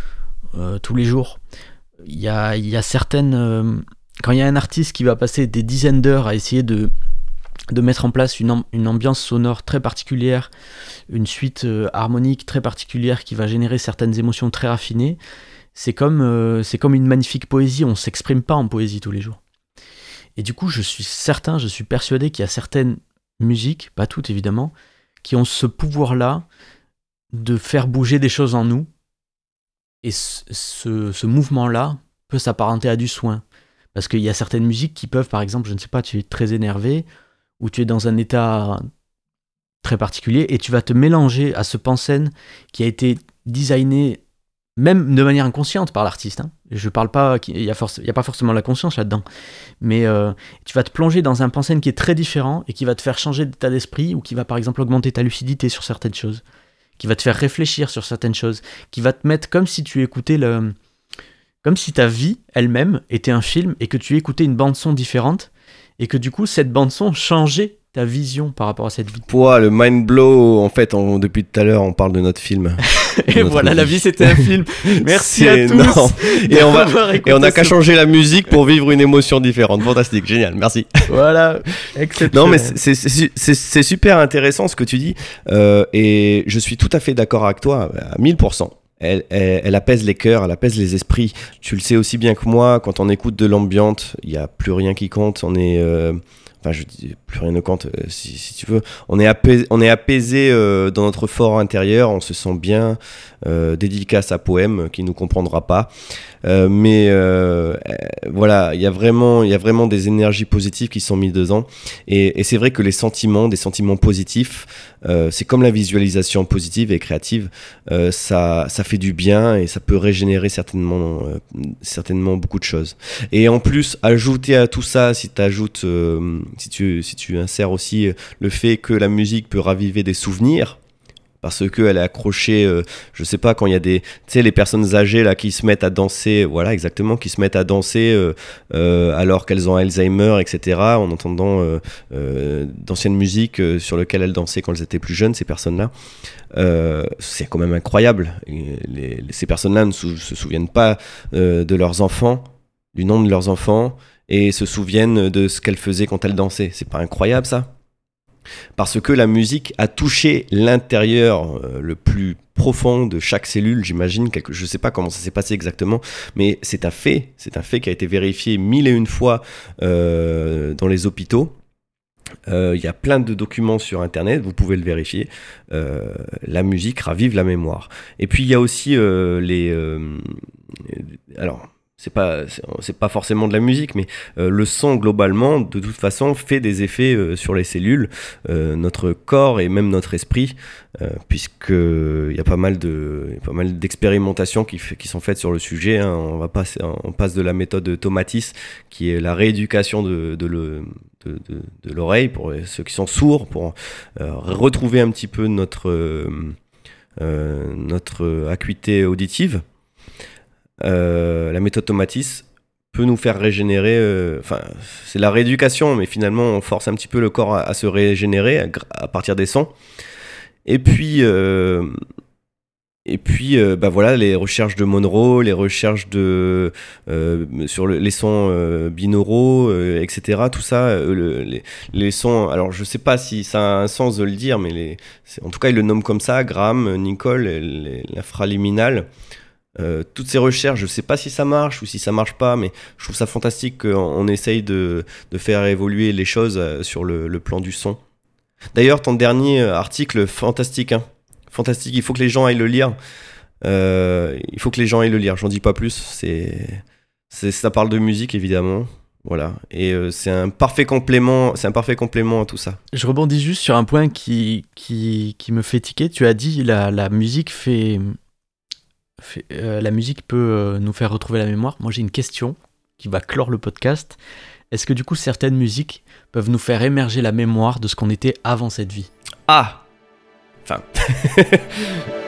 Speaker 1: euh, tous les jours. Il y a, il y a certaines... Euh, quand il y a un artiste qui va passer des dizaines d'heures à essayer de, de mettre en place une, amb- une ambiance sonore très particulière, une suite euh, harmonique très particulière qui va générer certaines émotions très raffinées, c'est comme, euh, c'est comme une magnifique poésie, on ne s'exprime pas en poésie tous les jours. Et du coup, je suis certain, je suis persuadé qu'il y a certaines musiques, pas toutes évidemment, qui ont ce pouvoir-là de faire bouger des choses en nous. Et ce, ce, ce mouvement-là peut s'apparenter à du soin. Parce qu'il y a certaines musiques qui peuvent, par exemple, je ne sais pas, tu es très énervé, ou tu es dans un état très particulier, et tu vas te mélanger à ce pansem qui a été designé, même de manière inconsciente par l'artiste. Hein. Je parle pas, il n'y a, forc- il y a pas forcément la conscience là-dedans, mais euh, tu vas te plonger dans un pansem qui est très différent, et qui va te faire changer d'état d'esprit, ou qui va, par exemple, augmenter ta lucidité sur certaines choses, qui va te faire réfléchir sur certaines choses, qui va te mettre comme si tu écoutais le... comme si ta vie elle-même était un film et que tu écoutais une bande-son différente et que du coup cette bande-son changeait ta vision par rapport à cette vie.
Speaker 2: Pouah, le mind blow, en fait, on, depuis tout à l'heure, on parle de notre film.
Speaker 1: Et
Speaker 2: notre
Speaker 1: voilà,
Speaker 2: vie.
Speaker 1: La vie c'était un film. Merci
Speaker 2: C'est
Speaker 1: à tous.
Speaker 2: énorme. Et on va,
Speaker 1: d'avoir écouté
Speaker 2: et on a qu'à
Speaker 1: ce-
Speaker 2: changer la musique pour vivre une émotion différente. Fantastique, génial, merci.
Speaker 1: Voilà, exceptionnel.
Speaker 2: Non, mais c'est, c'est, c'est, c'est super intéressant ce que tu dis. Euh, et je suis tout à fait d'accord avec toi, à mille pour cent. Elle, elle, elle apaise les cœurs, elle apaise les esprits. Tu le sais aussi bien que moi, quand on écoute de l'ambiance, il n'y a plus rien qui compte. On est... Euh, enfin, je dis plus rien ne compte, euh, si, si tu veux. On est apaisé, on est apaisé euh, dans notre fort intérieur, on se sent bien. Euh, dédicace à Poème, qui nous comprendra pas. Euh, mais euh, euh, voilà, il y a vraiment, il y a vraiment des énergies positives qui sont mises dedans. Et, et c'est vrai que les sentiments, des sentiments positifs, euh, c'est comme la visualisation positive et créative. Euh, ça, ça fait du bien et ça peut régénérer certainement, euh, certainement beaucoup de choses. Et en plus, ajouter à tout ça, si t'ajoutes, euh, si tu, si tu insères aussi le fait que la musique peut raviver des souvenirs. Parce qu'elle est accrochée, euh, je sais pas, quand il y a des, tu sais, les personnes âgées là qui se mettent à danser, voilà, exactement, qui se mettent à danser euh, euh, alors qu'elles ont Alzheimer, et cetera, en entendant euh, euh, d'anciennes musiques euh, sur lesquelles elles dansaient quand elles étaient plus jeunes, ces personnes-là. Euh, c'est quand même incroyable. Et les, les, ces personnes-là ne sou- se souviennent pas euh, de leurs enfants, du nom de leurs enfants, et se souviennent de ce qu'elles faisaient quand elles dansaient. C'est pas incroyable ça ? Parce que la musique a touché l'intérieur euh, le plus profond de chaque cellule, j'imagine. Quelque, je ne sais pas comment ça s'est passé exactement, mais c'est un fait. C'est un fait qui a été vérifié mille et une fois euh, dans les hôpitaux. Il euh, y a plein de documents sur Internet, vous pouvez le vérifier. Euh, la musique ravive la mémoire. Et puis il y a aussi euh, les... Euh, alors... C'est pas, c'est, c'est pas forcément de la musique, mais euh, le son, globalement, de toute façon, fait des effets euh, sur les cellules, euh, notre corps et même notre esprit, euh, puisqu'il y a pas mal, de, y a pas mal d'expérimentations qui, f- qui sont faites sur le sujet. Hein. On, va passer, on passe de la méthode Tomatis, qui est la rééducation de, de, le, de, de, de l'oreille, pour ceux qui sont sourds, pour euh, retrouver un petit peu notre, euh, euh, notre acuité auditive. Euh, la méthode Tomatis peut nous faire régénérer, enfin euh, c'est la rééducation, mais finalement on force un petit peu le corps à, à se régénérer à, à partir des sons. Et puis euh, et puis euh, bah voilà, les recherches de Monroe, les recherches de euh, sur le, les sons euh, binauraux, euh, et cetera. Tout ça, euh, le, les, les sons. Alors je sais pas si ça a un sens de le dire, mais les, en tout cas ils le nomment comme ça, Graham, Nichol, les, l'infraliminal. Euh, toutes ces recherches, je sais pas si ça marche ou si ça marche pas, mais je trouve ça fantastique qu'on on essaye de, de faire évoluer les choses sur le, le plan du son. D'ailleurs, ton dernier article, fantastique, hein, fantastique, il faut que les gens aillent le lire. Euh, il faut que les gens aillent le lire, j'en dis pas plus. C'est, c'est, ça parle de musique, évidemment. Voilà, et euh, c'est un parfait complément, c'est un parfait complément à tout ça.
Speaker 1: Je rebondis juste sur un point qui, qui, qui me fait tiquer. Tu as dit la, la musique fait, fait euh, la musique peut euh, nous faire retrouver la mémoire. Moi, j'ai une question qui va clore le podcast. Est-ce que du coup, certaines musiques peuvent nous faire émerger la mémoire de ce qu'on était avant cette vie ?
Speaker 2: Ah, enfin.